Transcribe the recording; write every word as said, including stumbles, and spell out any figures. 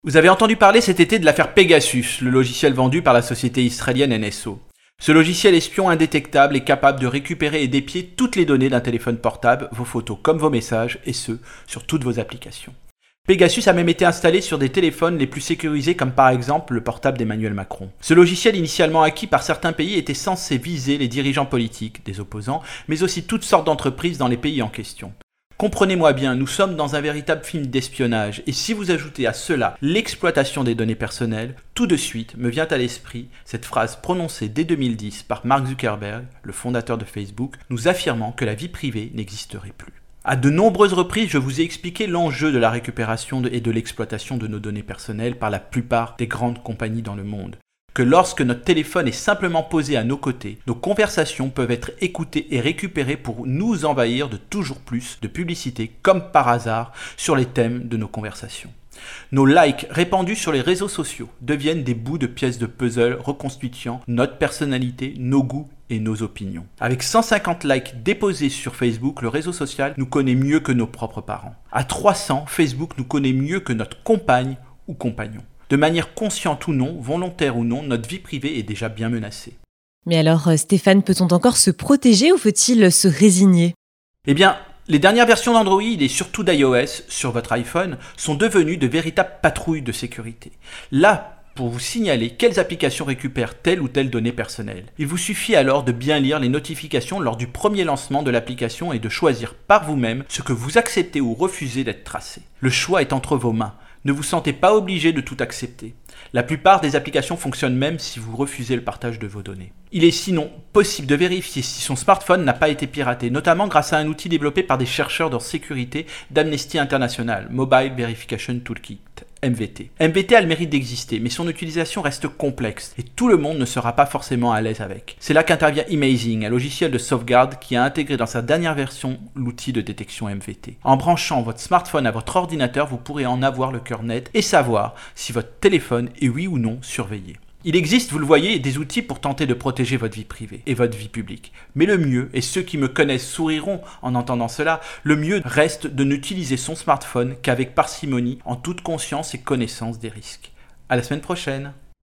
Vous avez entendu parler cet été de l'affaire Pegasus, le logiciel vendu par la société israélienne N S O. Ce logiciel espion indétectable est capable de récupérer et d'épier toutes les données d'un téléphone portable, vos photos comme vos messages, et ce, sur toutes vos applications. Pegasus a même été installé sur des téléphones les plus sécurisés comme par exemple le portable d'Emmanuel Macron. Ce logiciel initialement acquis par certains pays était censé viser les dirigeants politiques, des opposants, mais aussi toutes sortes d'entreprises dans les pays en question. Comprenez-moi bien, nous sommes dans un véritable film d'espionnage, et si vous ajoutez à cela l'exploitation des données personnelles, tout de suite me vient à l'esprit cette phrase prononcée dès deux mille dix par Mark Zuckerberg, le fondateur de Facebook, nous affirmant que la vie privée n'existerait plus. À de nombreuses reprises, je vous ai expliqué l'enjeu de la récupération et de l'exploitation de nos données personnelles par la plupart des grandes compagnies dans le monde. Que lorsque notre téléphone est simplement posé à nos côtés, nos conversations peuvent être écoutées et récupérées pour nous envahir de toujours plus de publicité, comme par hasard, sur les thèmes de nos conversations. Nos likes répandus sur les réseaux sociaux deviennent des bouts de pièces de puzzle reconstituant notre personnalité, nos goûts et nos opinions. Avec cent cinquante likes déposés sur Facebook, le réseau social nous connaît mieux que nos propres parents. À trois cents, Facebook nous connaît mieux que notre compagne ou compagnon. De manière consciente ou non, volontaire ou non, notre vie privée est déjà bien menacée. Mais alors, Stéphane, peut-on encore se protéger ou faut-il se résigner ? Eh bien, les dernières versions d'Android et surtout d'iOS sur votre iPhone sont devenues de véritables patrouilles de sécurité. Là, pour vous signaler quelles applications récupèrent telle ou telle donnée personnelle. Il vous suffit alors de bien lire les notifications lors du premier lancement de l'application et de choisir par vous-même ce que vous acceptez ou refusez d'être tracé. Le choix est entre vos mains. Ne vous sentez pas obligé de tout accepter. La plupart des applications fonctionnent même si vous refusez le partage de vos données. Il est sinon possible de vérifier si son smartphone n'a pas été piraté, notamment grâce à un outil développé par des chercheurs en sécurité d'Amnesty International, Mobile Verification Toolkit, M V T. M V T a le mérite d'exister, mais son utilisation reste complexe et tout le monde ne sera pas forcément à l'aise avec. C'est là qu'intervient Imazing, un logiciel de sauvegarde qui a intégré dans sa dernière version l'outil de détection M V T. En branchant votre smartphone à votre ordinateur, vous pourrez en avoir le cœur net et savoir si votre téléphone est oui ou non surveillé. Il existe, vous le voyez, des outils pour tenter de protéger votre vie privée et votre vie publique. Mais le mieux, et ceux qui me connaissent souriront en entendant cela, le mieux reste de n'utiliser son smartphone qu'avec parcimonie, en toute conscience et connaissance des risques. À la semaine prochaine.